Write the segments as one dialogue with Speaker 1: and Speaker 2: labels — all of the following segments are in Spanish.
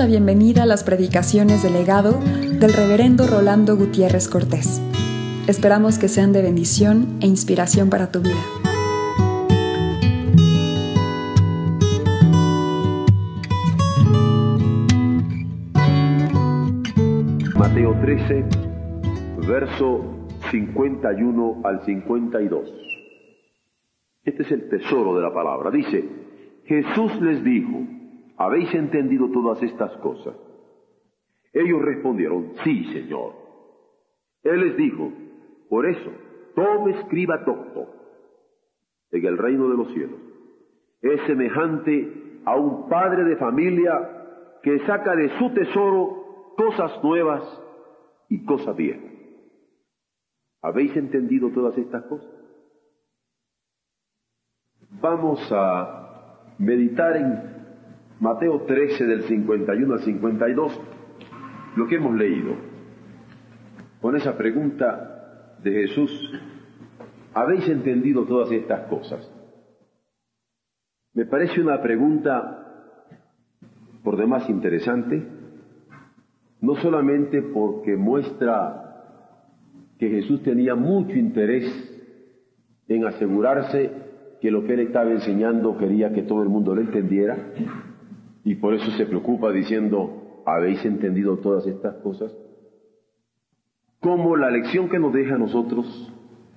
Speaker 1: la bienvenida a las predicaciones del legado del reverendo Rolando Gutiérrez Cortés. Esperamos que sean de bendición e inspiración para tu vida.
Speaker 2: Mateo 13, verso 51 al 52. Este es el tesoro de la palabra. Dice: Jesús les dijo: ¿habéis entendido todas estas cosas? Ellos respondieron: sí, Señor. Él les dijo: por eso, todo escriba docto en el reino de los cielos es semejante a un padre de familia que saca de su tesoro cosas nuevas y cosas viejas. ¿Habéis entendido todas estas cosas? Vamos a meditar en Mateo 13, del 51 al 52, lo que hemos leído, con esa pregunta de Jesús: ¿habéis entendido todas estas cosas? Me parece una pregunta por demás interesante, no solamente porque muestra que Jesús tenía mucho interés en asegurarse que lo que él estaba enseñando quería que todo el mundo lo entendiera, y por eso se preocupa diciendo: ¿habéis entendido todas estas cosas? Como la lección que nos deja a nosotros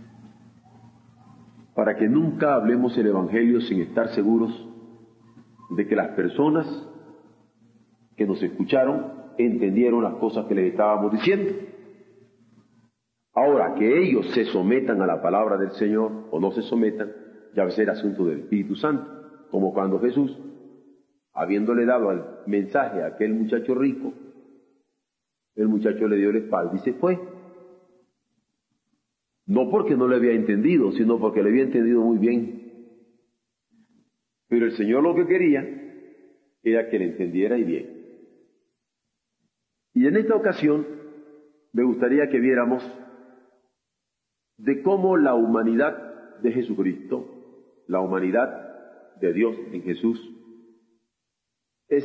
Speaker 2: para que nunca hablemos el Evangelio sin estar seguros de que las personas que nos escucharon entendieron las cosas que les estábamos diciendo. Ahora, que ellos se sometan a la palabra del Señor o no se sometan, ya va a ser asunto del Espíritu Santo, como cuando Jesús, habiéndole dado el mensaje a aquel muchacho rico, el muchacho le dio la espalda y se fue. No porque no le había entendido, sino porque le había entendido muy bien. Pero el Señor lo que quería era que le entendiera y bien. Y en esta ocasión me gustaría que viéramos de cómo la humanidad de Jesucristo, la humanidad de Dios en Jesús, es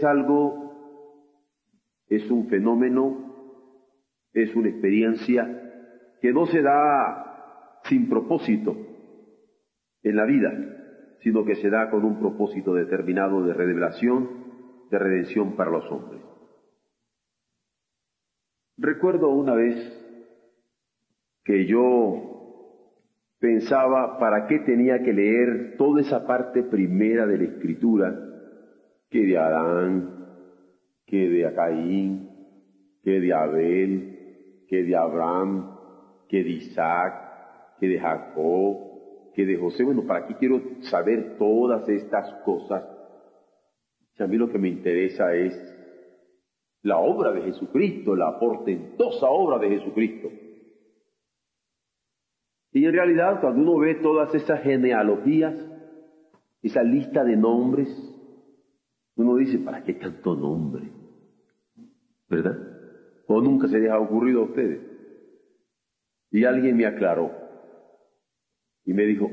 Speaker 2: un fenómeno, es una experiencia que no se da sin propósito en la vida, sino que se da con un propósito determinado de revelación, de redención para los hombres. Recuerdo una vez que yo pensaba para qué tenía que leer toda esa parte primera de la Escritura, que de Adán, que de Caín, que de Abel, que de Abraham, que de Isaac, que de Jacob, que de José. Bueno, ¿para qué quiero saber todas estas cosas? Si a mí lo que me interesa es la obra de Jesucristo, la portentosa obra de Jesucristo. Y en realidad, cuando uno ve todas esas genealogías, esa lista de nombres, uno dice: ¿para qué tanto nombre? ¿Verdad? ¿O nunca se les ha ocurrido a ustedes? Y alguien me aclaró y me dijo: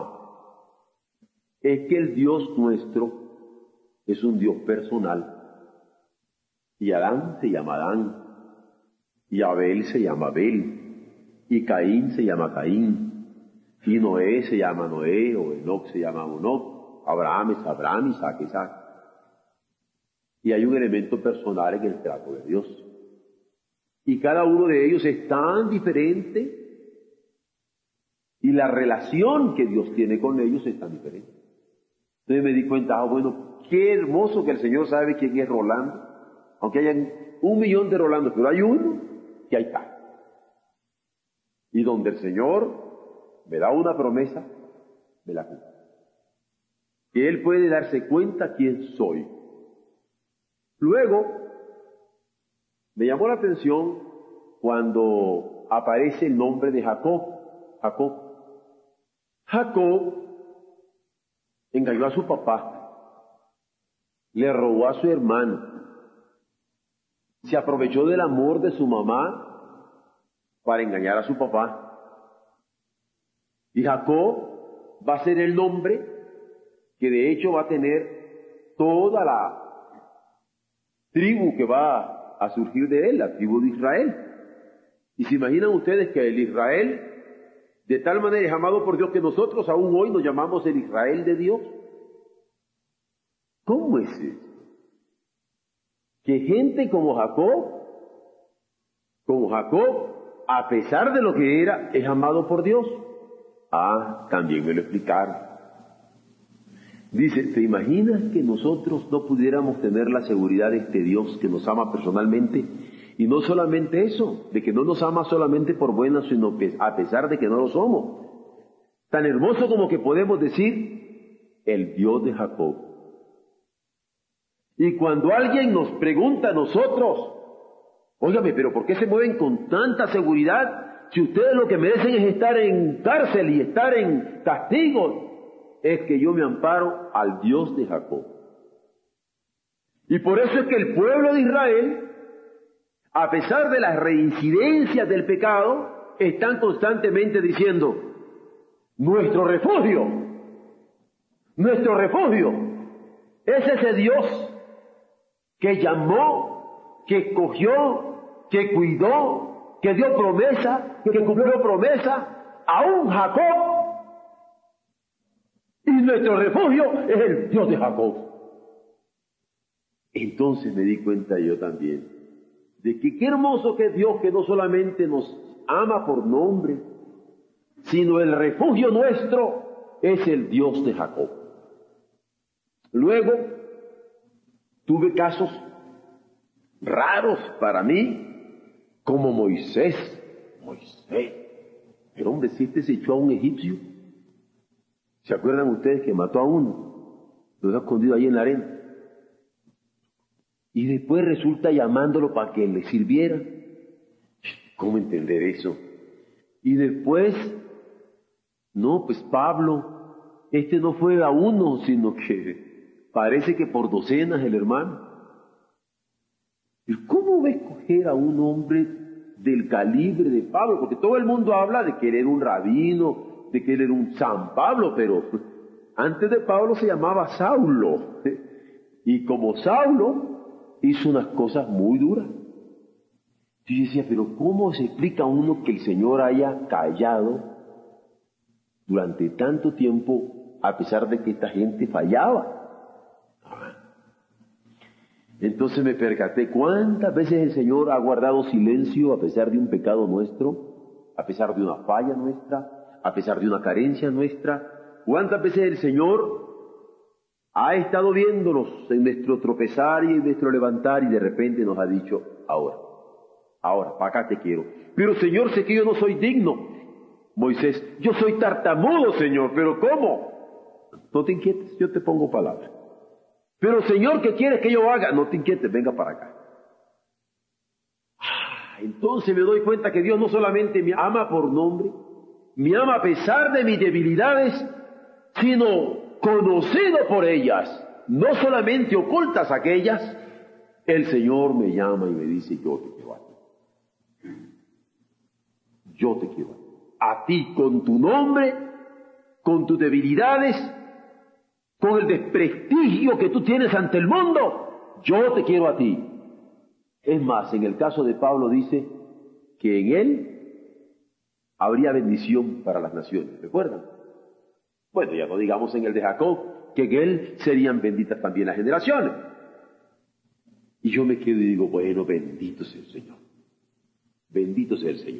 Speaker 2: es que el Dios nuestro es un Dios personal. Y Adán se llama Adán, y Abel se llama Abel, y Caín se llama Caín, y Noé se llama Noé, o Enoc se llama Enoc, Abraham es Abraham, Isaac es Isaac. Y hay un elemento personal en el trato de Dios. Y cada uno de ellos es tan diferente, y la relación que Dios tiene con ellos es tan diferente. Entonces me di cuenta: bueno, qué hermoso que el Señor sabe quién es Rolando, aunque hayan 1.000.000 de Rolandos, pero hay uno que ahí está. Y donde el Señor me da una promesa, me la cumple. Que Él puede darse cuenta quién soy. Luego, me llamó la atención cuando aparece el nombre de Jacob. Jacob engañó a su papá, le robó a su hermano, se aprovechó del amor de su mamá para engañar a su papá. Y Jacob va a ser el nombre que de hecho va a tener toda la tribu que va a surgir de él, la tribu de Israel. Y se imaginan ustedes que el Israel de tal manera es amado por Dios que nosotros aún hoy nos llamamos el Israel de Dios. ¿Cómo es eso? Que gente como Jacob, a pesar de lo que era, es amado por Dios. También me lo explicaron. Dice, ¿te imaginas que nosotros no pudiéramos tener la seguridad de este Dios que nos ama personalmente? Y no solamente eso, de que no nos ama solamente por buenas, sino que a pesar de que no lo somos. Tan hermoso como que podemos decir, el Dios de Jacob. Y cuando alguien nos pregunta a nosotros, óigame, pero ¿por qué se mueven con tanta seguridad si ustedes lo que merecen es estar en cárcel y estar en castigo? Es que yo me amparo al Dios de Jacob. Y por eso es que el pueblo de Israel, a pesar de las reincidencias del pecado, están constantemente diciendo, nuestro refugio es ese Dios que llamó, que escogió, que cuidó, que dio promesa, que cumplió promesa a un Jacob. Y nuestro refugio es el Dios de Jacob. Entonces me di cuenta yo también de que qué hermoso que es Dios, que no solamente nos ama por nombre, sino el refugio nuestro es el Dios de Jacob. Luego tuve casos raros para mí, como Moisés. Pero hombre, si este se echó a un egipcio, ¿se acuerdan ustedes que mató a uno? Lo dejó escondido ahí en la arena. Y después resulta llamándolo para que le sirviera. ¿Cómo entender eso? Y después, no, pues Pablo, este no fue a uno, sino que parece que por docenas el hermano. ¿Y cómo va a escoger a un hombre del calibre de Pablo? Porque todo el mundo habla de que él era un rabino, de que él era un San Pablo, pero antes de Pablo se llamaba Saulo. Y como Saulo hizo unas cosas muy duras. Yo decía, pero ¿cómo se explica a uno que el Señor haya callado durante tanto tiempo a pesar de que esta gente fallaba? Entonces me percaté cuántas veces el Señor ha guardado silencio a pesar de un pecado nuestro, a pesar de una falla nuestra, a pesar de una carencia nuestra. Cuántas veces el Señor ha estado viéndonos en nuestro tropezar y en nuestro levantar y de repente nos ha dicho, ahora, para acá te quiero. Pero Señor, sé que yo no soy digno. Moisés, yo soy tartamudo, Señor, pero ¿cómo? No te inquietes, yo te pongo palabra. Pero Señor, ¿qué quieres que yo haga? No te inquietes, venga para acá. Entonces me doy cuenta que Dios no solamente me ama por nombre, me ama a pesar de mis debilidades, sino conocido por ellas, no solamente ocultas aquellas. El Señor me llama y me dice, yo te quiero a ti. Yo te quiero a ti con tu nombre, con tus debilidades, con el desprestigio que tú tienes ante el mundo. Yo te quiero a ti. Es más, en el caso de Pablo dice que en él habría bendición para las naciones, ¿recuerdan? Bueno, ya no digamos en el de Jacob, que en él serían benditas también las generaciones. Y yo me quedo y digo, bueno, bendito sea el Señor. Bendito sea el Señor.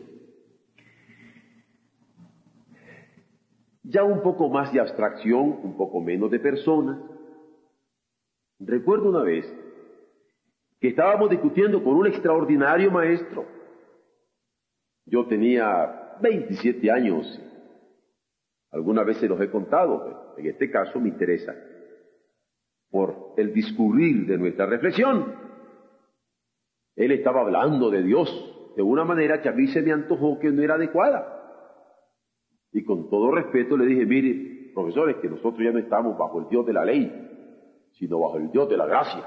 Speaker 2: Ya un poco más de abstracción, un poco menos de personas. Recuerdo una vez que estábamos discutiendo con un extraordinario maestro. Yo tenía 27 años. Alguna vez se los he contado, pero en este caso me interesa por el discurrir de nuestra reflexión. Él estaba hablando de Dios de una manera que a mí se me antojó que no era adecuada. Y con todo respeto le dije, mire, profesores, que nosotros ya no estamos bajo el Dios de la ley, sino bajo el Dios de la gracia.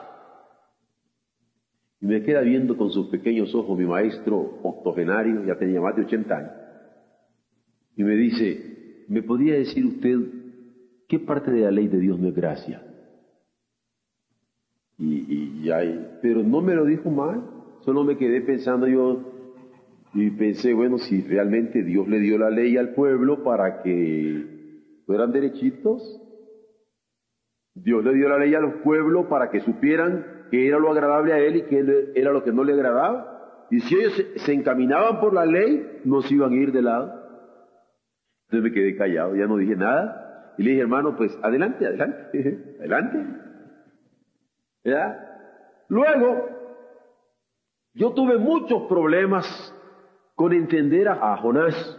Speaker 2: Y me queda viendo con sus pequeños ojos mi maestro octogenario, ya tenía más de 80 años, y me dice, ¿me podría decir usted qué parte de la ley de Dios no es gracia? Y pero no me lo dijo mal, solo me quedé pensando yo, y pensé, bueno, si realmente Dios le dio la ley al pueblo para que fueran derechitos, Dios le dio la ley a los pueblos para que supieran qué era lo agradable a Él y qué era lo que no le agradaba, y si ellos se encaminaban por la ley, no se iban a ir de lado. Entonces me quedé callado, ya no dije nada, y le dije, hermano, pues adelante, adelante, adelante. ¿Ya? Luego, yo tuve muchos problemas con entender a Jonás,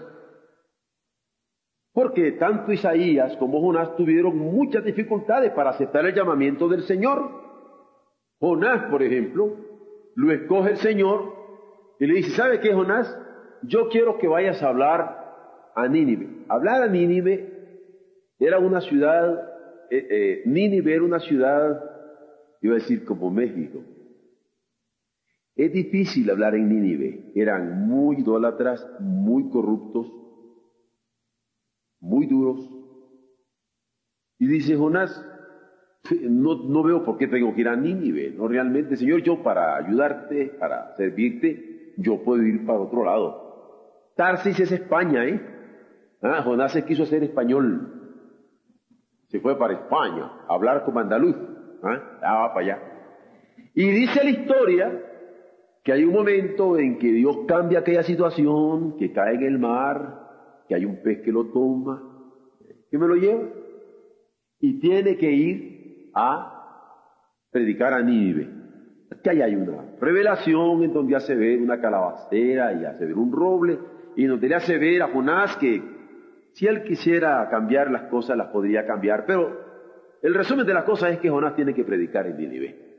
Speaker 2: porque tanto Isaías como Jonás tuvieron muchas dificultades para aceptar el llamamiento del Señor. Jonás, por ejemplo, lo escoge el Señor y le dice, ¿sabe qué, Jonás? Yo quiero que vayas a hablar a Nínive. Hablar a Nínive era una ciudad, Nínive era una ciudad, iba a decir como México. Es difícil hablar en Nínive. Eran muy idólatras, muy corruptos, muy duros. Y dice Jonás, no veo por qué tengo que ir a Nínive. No, realmente, Señor, yo para ayudarte, para servirte, yo puedo ir para otro lado. Tarsis es España, ¿eh? Jonás se quiso hacer español. Se fue para España a hablar como andaluz. Va para allá. Y dice la historia que hay un momento en que Dios cambia aquella situación, que cae en el mar, que hay un pez que lo toma, que me lo lleva, y tiene que ir a predicar a Nínive. Que ahí hay una revelación en donde hace ver una calabacera y hace ver un roble, y donde le hace ver a Jonás que si él quisiera cambiar las cosas, las podría cambiar, pero el resumen de las cosas es que Jonás tiene que predicar en Nínive.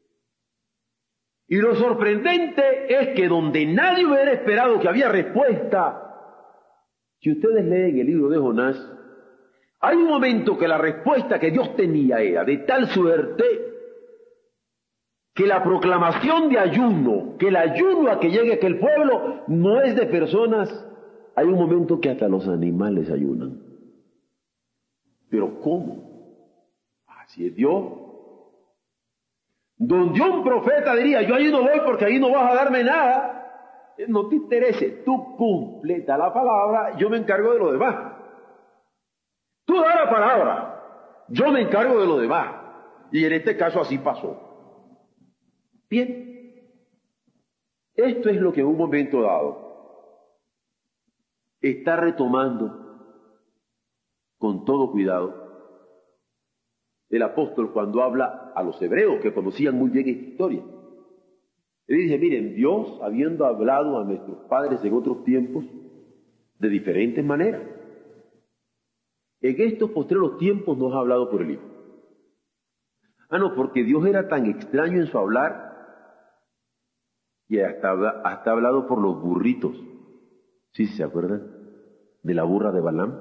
Speaker 2: Y lo sorprendente es que donde nadie hubiera esperado que había respuesta, si ustedes leen el libro de Jonás, hay un momento que la respuesta que Dios tenía era de tal suerte que la proclamación de ayuno, que el ayuno a que llegue aquel pueblo, no es de personas. Hay un momento que hasta los animales ayunan. ¿Pero cómo? Así es Dios. Donde un profeta diría, yo ahí no voy porque ahí no vas a darme nada, no te interese, tú completa la palabra, yo me encargo de lo demás. Tú da la palabra, yo me encargo de lo demás. Y en este caso así pasó. Bien, esto es lo que en un momento dado está retomando con todo cuidado el apóstol cuando habla a los hebreos que conocían muy bien esta historia. Él dice, miren, Dios habiendo hablado a nuestros padres en otros tiempos de diferentes maneras, en estos postreros tiempos nos ha hablado por el Hijo. No, porque Dios era tan extraño en su hablar y hasta ha hablado por los burritos. ¿Sí se acuerdan? De la burra de Balaam.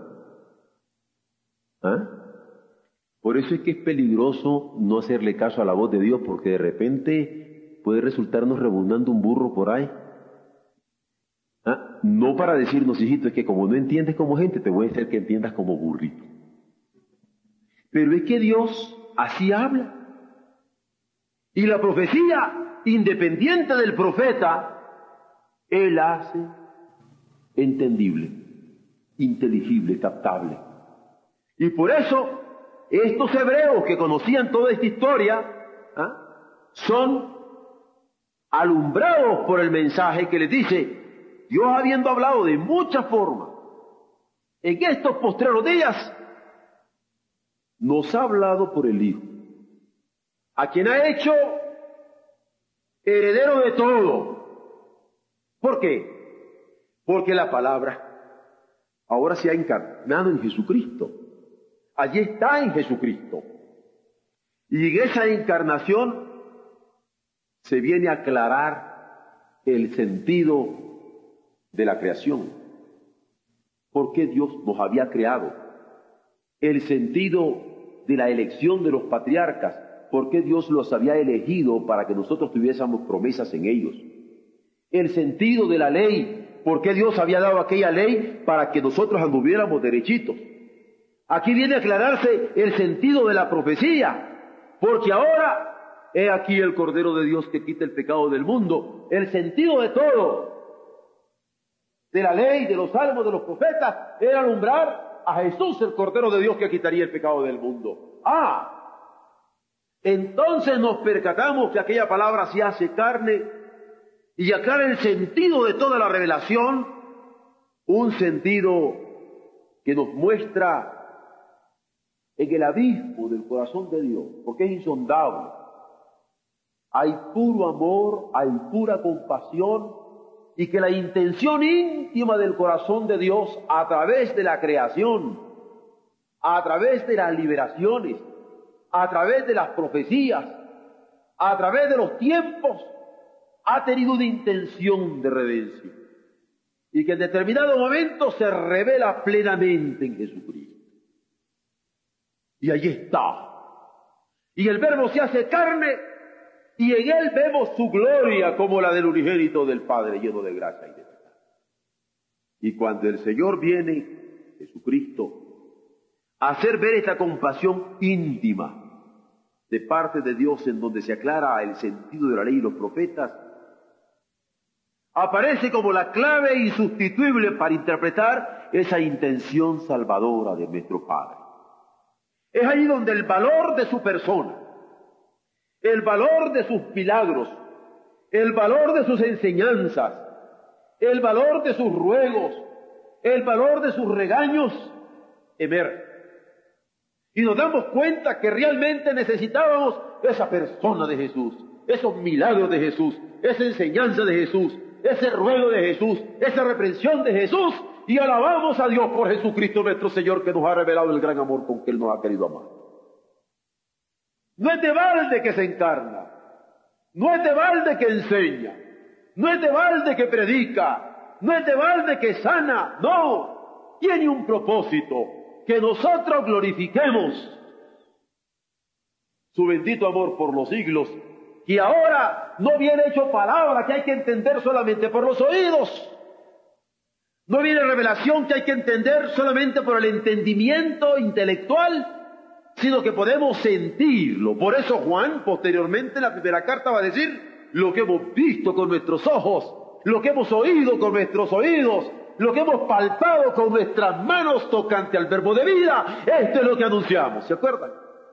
Speaker 2: Por eso es que es peligroso no hacerle caso a la voz de Dios, porque de repente puede resultarnos rebundando un burro por ahí. No para decirnos, hijito, es que como no entiendes como gente, te voy a hacer que entiendas como burrito. Pero es que Dios así habla. Y la profecía, independiente del profeta, Él hace entendible, inteligible, captable. Y por eso, estos hebreos que conocían toda esta historia, son alumbrados por el mensaje que les dice, Dios habiendo hablado de muchas formas, en estos postreros días, nos ha hablado por el Hijo, a quien ha hecho heredero de todo. ¿Por qué? Porque la palabra ahora se ha encarnado en Jesucristo. Allí está en Jesucristo. Y en esa encarnación se viene a aclarar el sentido de la creación. ¿Por qué Dios nos había creado? El sentido de la elección de los patriarcas. ¿Por qué Dios los había elegido para que nosotros tuviésemos promesas en ellos? El sentido de la ley. ¿Por qué Dios había dado aquella ley para que nosotros anduviéramos derechitos? Aquí viene a aclararse el sentido de la profecía, porque ahora he aquí el Cordero de Dios que quita el pecado del mundo. El sentido de todo, de la ley, de los salmos, de los profetas, era alumbrar a Jesús, el Cordero de Dios que quitaría el pecado del mundo. Entonces nos percatamos que aquella palabra se hace carne y aclara el sentido de toda la revelación, un sentido que nos muestra en el abismo del corazón de Dios, porque es insondable. Hay puro amor, hay pura compasión, y que la intención íntima del corazón de Dios a través de la creación, a través de las liberaciones, a través de las profecías, a través de los tiempos, ha tenido una intención de redención, y que en determinado momento se revela plenamente en Jesucristo. Y allí está. Y el Verbo se hace carne, y en Él vemos su gloria como la del unigénito del Padre, lleno de gracia y de verdad. Y cuando el Señor viene, Jesucristo, a hacer ver esta compasión íntima de parte de Dios, en donde se aclara el sentido de la ley y los profetas, aparece como la clave insustituible para interpretar esa intención salvadora de nuestro Padre. Es ahí donde el valor de su persona, el valor de sus milagros, el valor de sus enseñanzas, el valor de sus ruegos, el valor de sus regaños emerge. Y nos damos cuenta que realmente necesitábamos esa persona de Jesús, esos milagros de Jesús, esa enseñanza de Jesús, ese ruego de Jesús, esa reprensión de Jesús, y alabamos a Dios por Jesucristo nuestro Señor, que nos ha revelado el gran amor con que Él nos ha querido amar. No es de balde que se encarna, no es de balde que enseña, no es de balde que predica, no es de balde que sana, no, tiene un propósito, que nosotros glorifiquemos su bendito amor por los siglos, que ahora no viene hecho palabra que hay que entender solamente por los oídos, no viene revelación que hay que entender solamente por el entendimiento intelectual, sino que podemos sentirlo. Por eso Juan, posteriormente, en la primera carta va a decir: lo que hemos visto con nuestros ojos, lo que hemos oído con nuestros oídos, lo que hemos palpado con nuestras manos tocante al Verbo de vida, esto es lo que anunciamos. ¿Se acuerdan?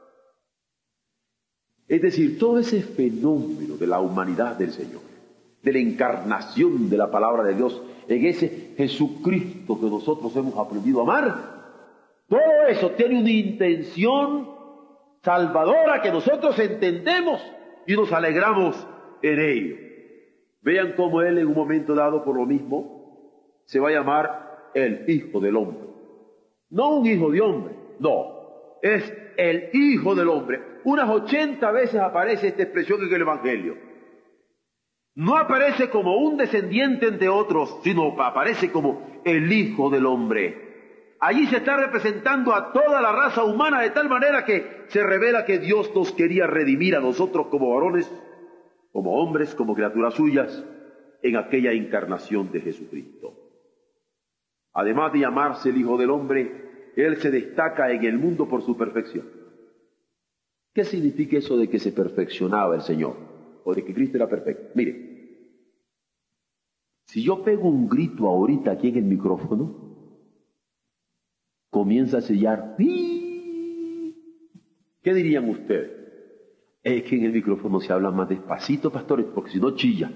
Speaker 2: Es decir, todo ese fenómeno de la humanidad del Señor, de la encarnación de la palabra de Dios, en ese Jesucristo que nosotros hemos aprendido a amar, todo eso tiene una intención salvadora que nosotros entendemos y nos alegramos en ello. Vean cómo Él en un momento dado, por lo mismo, se va a llamar el Hijo del Hombre. No un hijo de hombre, no, es el Hijo del Hombre. Unas 80 veces aparece esta expresión en el Evangelio. No aparece como un descendiente entre otros, sino aparece como el Hijo del Hombre. Allí se está representando a toda la raza humana de tal manera que se revela que Dios nos quería redimir a nosotros como varones, como hombres, como criaturas suyas, en aquella encarnación de Jesucristo. Además de llamarse el Hijo del Hombre, Él se destaca en el mundo por su perfección. ¿Qué significa eso de que se perfeccionaba el Señor? O de que Cristo era perfecto. Mire, si yo pego un grito ahorita aquí en el micrófono, comienza a sellar. ¿Qué dirían ustedes? Es que en el micrófono se habla más despacito, pastores, porque si no chilla.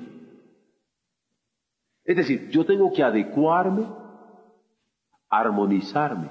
Speaker 2: Es decir, yo tengo que adecuarme, armonizarme.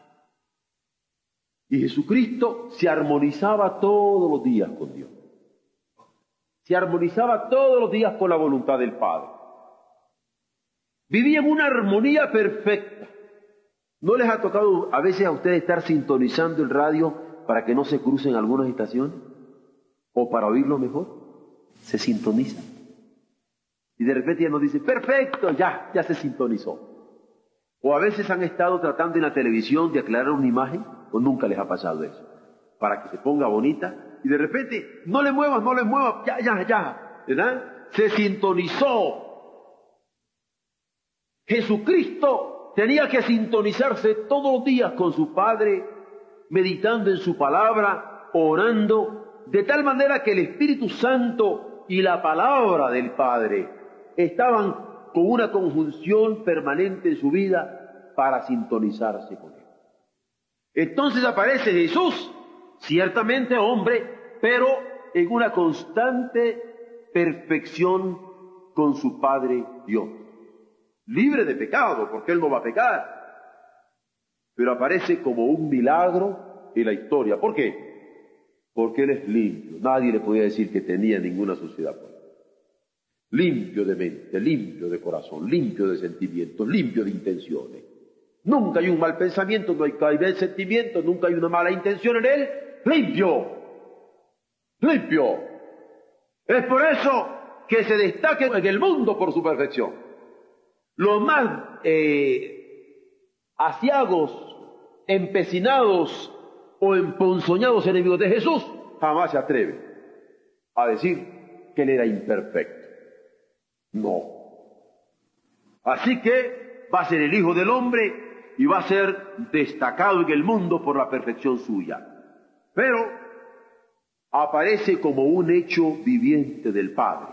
Speaker 2: Y Jesucristo se armonizaba todos los días con Dios. Se armonizaba todos los días con la voluntad del Padre. Vivía en una armonía perfecta. ¿No les ha tocado a veces a ustedes estar sintonizando el radio para que no se crucen algunas estaciones? ¿O para oírlo mejor? Se sintoniza. Y de repente ya nos dice: perfecto, ya se sintonizó. O a veces han estado tratando en la televisión de aclarar una imagen, o nunca les ha pasado eso, para que se ponga bonita. Y de repente, no le muevas, ya, ¿verdad? Se sintonizó. Jesucristo tenía que sintonizarse todos los días con su Padre, meditando en su palabra, orando, de tal manera que el Espíritu Santo y la palabra del Padre estaban con una conjunción permanente en su vida para sintonizarse con Él. Entonces aparece Jesús, ciertamente hombre, pero en una constante perfección con su Padre Dios. Libre de pecado, porque Él no va a pecar, pero aparece como un milagro en la historia. ¿Por qué? Porque Él es limpio. Nadie le podía decir que tenía ninguna suciedad. Limpio de mente, limpio de corazón, limpio de sentimientos, limpio de intenciones. Nunca hay un mal pensamiento, no hay mal sentimiento, nunca hay una mala intención en Él. Limpio, limpio. Es por eso que se destaca en el mundo por su perfección. Los más asiagos, empecinados o emponzoñados enemigos de Jesús jamás se atreven a decir que Él era imperfecto. No. Así que va a ser el Hijo del Hombre y va a ser destacado en el mundo por la perfección suya. Pero aparece como un hecho viviente del Padre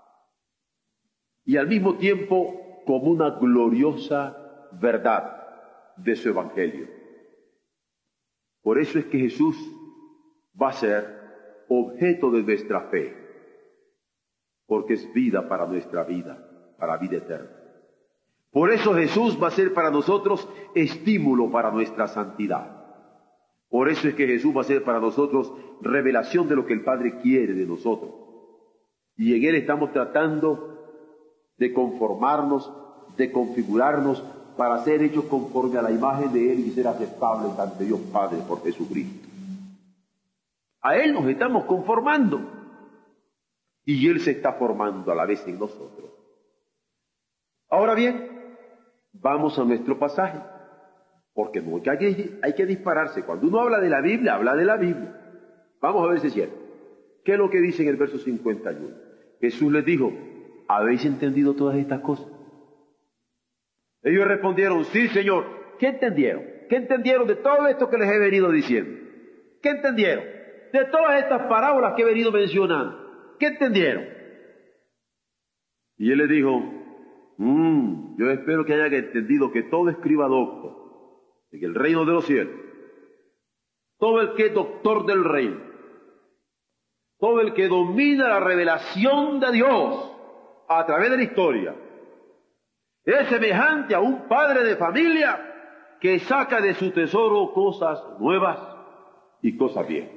Speaker 2: y al mismo tiempo como una gloriosa verdad de su Evangelio. Por eso es que Jesús va a ser objeto de nuestra fe, porque es vida para nuestra vida, para vida eterna. Por eso Jesús va a ser para nosotros estímulo para nuestra santidad. Por eso es que Jesús va a ser para nosotros revelación de lo que el Padre quiere de nosotros. Y en Él estamos tratando de conformarnos, de configurarnos para ser hechos conforme a la imagen de Él y ser aceptables ante Dios Padre por Jesucristo. A Él nos estamos conformando y Él se está formando a la vez en nosotros. Ahora bien, vamos a nuestro pasaje, porque no hay que dispararse. Cuando uno habla de la Biblia, habla de la Biblia. Vamos a ver si es cierto. ¿Qué es lo que dice en el verso 51? Jesús les dijo, ¿habéis entendido todas estas cosas? Ellos respondieron, sí, Señor. ¿Qué entendieron? ¿Qué entendieron de todo esto que les he venido diciendo? ¿Qué entendieron? De todas estas parábolas que he venido mencionando. ¿Qué entendieron? Y Él les dijo, yo espero que hayan entendido que todo escriba docto en el reino de los cielos, todo el que es doctor del reino, todo el que domina la revelación de Dios a través de la historia, es semejante a un padre de familia que saca de su tesoro cosas nuevas y cosas viejas.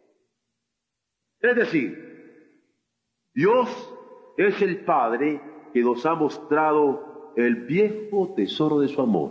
Speaker 2: Es decir, Dios es el Padre que nos ha mostrado el viejo tesoro de su amor.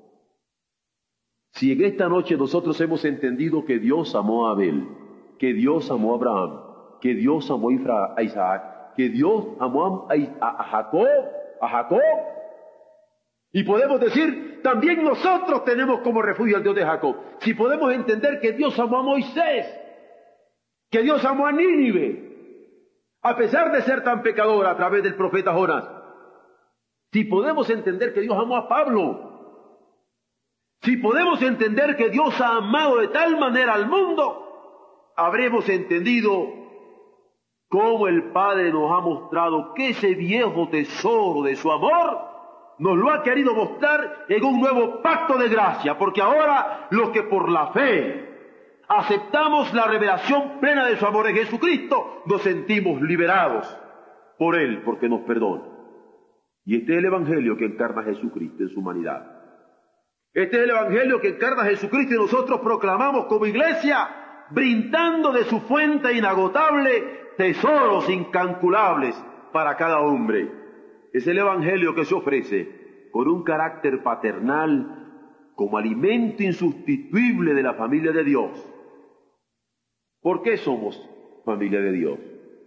Speaker 2: Si en esta noche nosotros hemos entendido que Dios amó a Abel, que Dios amó a Abraham, que Dios amó a Isaac, que Dios amó a Jacob, y podemos decir, también nosotros tenemos como refugio al Dios de Jacob. Si podemos entender que Dios amó a Moisés, que Dios amó a Nínive, a pesar de ser tan pecadora a través del profeta Jonás. Si podemos entender que Dios amó a Pablo, si podemos entender que Dios ha amado de tal manera al mundo, habremos entendido cómo el Padre nos ha mostrado que ese viejo tesoro de su amor nos lo ha querido mostrar en un nuevo pacto de gracia, porque ahora los que por la fe aceptamos la revelación plena de su amor en Jesucristo, nos sentimos liberados por Él, porque nos perdona. Y este es el Evangelio que encarna a Jesucristo en su humanidad. Este es el Evangelio que encarna a Jesucristo y nosotros proclamamos como iglesia, brindando de su fuente inagotable tesoros incalculables para cada hombre. Es el Evangelio que se ofrece con un carácter paternal como alimento insustituible de la familia de Dios. ¿Por qué somos familia de Dios?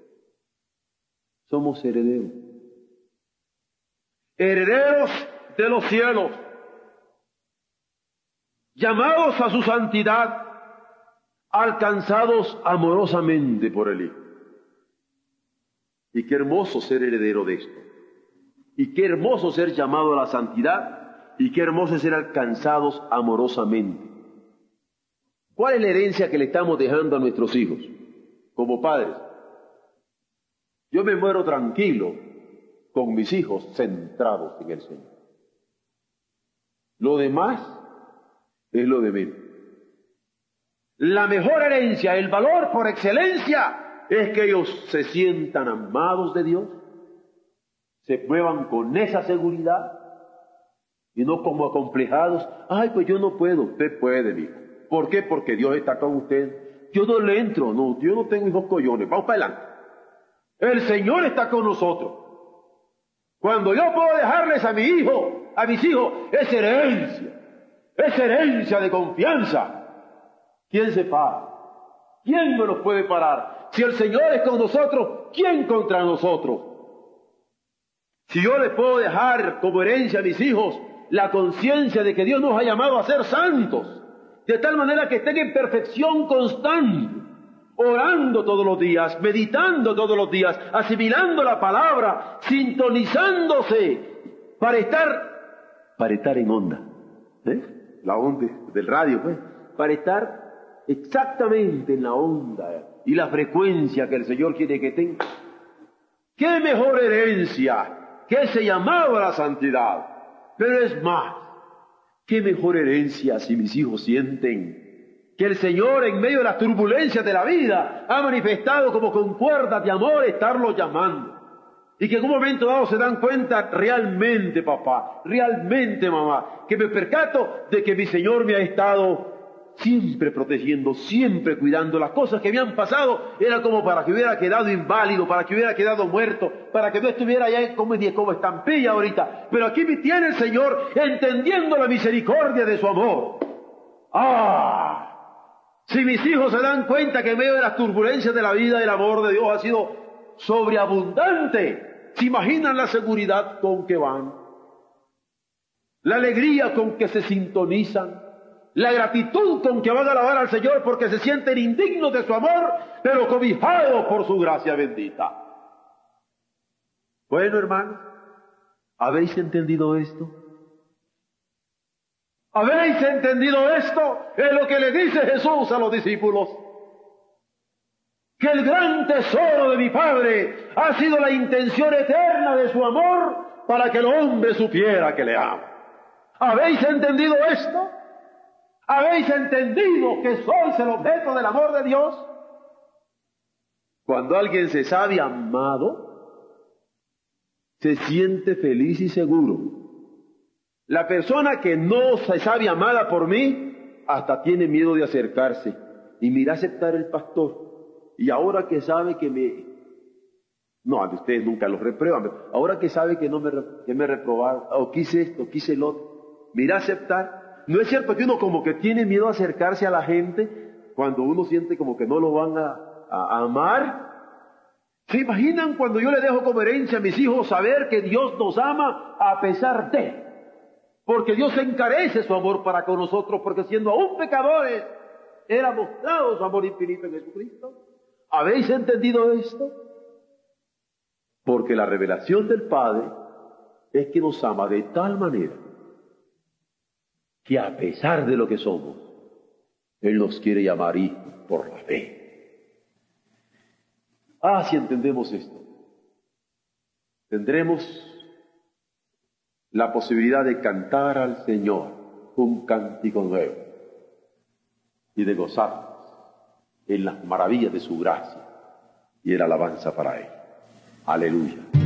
Speaker 2: Somos herederos. Herederos de los cielos, llamados a su santidad, alcanzados amorosamente por el Hijo. Y qué hermoso ser heredero de esto. Y qué hermoso ser llamado a la santidad, y qué hermoso ser alcanzados amorosamente. ¿Cuál es la herencia que le estamos dejando a nuestros hijos? como padres. Yo me muero tranquilo con mis hijos centrados en el Señor. Lo demás es lo de menos. La mejor herencia, el valor por excelencia, es que ellos se sientan amados de Dios, se muevan con esa seguridad y no como acomplejados. Ay, pues yo no puedo. Usted puede, hijo. ¿Por qué? Porque Dios está con usted. Yo no le entro, no, yo no tengo hijos collones. Vamos para adelante. El Señor está con nosotros. Cuando yo puedo dejarles a mi hijo, a mis hijos, es herencia de confianza. ¿Quién se para? ¿Quién me los puede parar? Si el Señor es con nosotros, ¿quién contra nosotros? Si yo les puedo dejar como herencia a mis hijos la conciencia de que Dios nos ha llamado a ser santos, de tal manera que estén en perfección constante, orando todos los días, meditando todos los días, asimilando la palabra, sintonizándose para estar en onda, la onda del radio, pues, para estar exactamente en la onda y la frecuencia que el Señor quiere que tenga. ¡Qué mejor herencia que ese llamado a la santidad! Pero es más, qué mejor herencia si mis hijos sienten que el Señor en medio de las turbulencias de la vida ha manifestado como con cuerdas de amor estarlos llamando. Y que en un momento dado se dan cuenta, realmente papá, realmente mamá, que me percato de que mi Señor me ha estado siempre protegiendo, siempre cuidando. Las cosas que me han pasado era como para que hubiera quedado inválido, para que hubiera quedado muerto, para que no estuviera ya como estampilla ahorita. Pero aquí me tiene el Señor entendiendo la misericordia de su amor. ¡Ah! Si mis hijos se dan cuenta que en medio de las turbulencias de la vida el amor de Dios ha sido sobreabundante, ¿se imaginan la seguridad con que van? La alegría con que se sintonizan, la gratitud con que van a alabar al Señor porque se sienten indignos de su amor, pero cobijados por su gracia bendita. Bueno, hermanos, ¿habéis entendido esto? ¿Habéis entendido esto? Es lo que le dice Jesús a los discípulos. Que el gran tesoro de mi Padre ha sido la intención eterna de su amor para que el hombre supiera que le ama. ¿Habéis entendido esto? ¿Habéis entendido que sois el objeto del amor de Dios? Cuando alguien se sabe amado, se siente feliz y seguro. La persona que no se sabe amada por mí, hasta tiene miedo de acercarse. Y mira aceptar el pastor. Y ahora que sabe que no, ustedes nunca los reprueban, pero ahora que sabe que me reprobaron, o quise esto, quise el otro, mira aceptar. ¿No es cierto que uno como que tiene miedo a acercarse a la gente cuando uno siente como que no lo van a amar? ¿Se imaginan cuando yo le dejo como herencia a mis hijos saber que Dios nos ama a pesar de? Porque Dios encarece su amor para con nosotros, porque siendo aún pecadores, era mostrado su amor infinito en Jesucristo. ¿Habéis entendido esto? Porque la revelación del Padre es que nos ama de tal manera que a pesar de lo que somos, Él nos quiere llamar hijos por la fe. Ah, si entendemos esto, tendremos la posibilidad de cantar al Señor un cántico nuevo y de gozarnos en las maravillas de su gracia y en la alabanza para Él. Aleluya.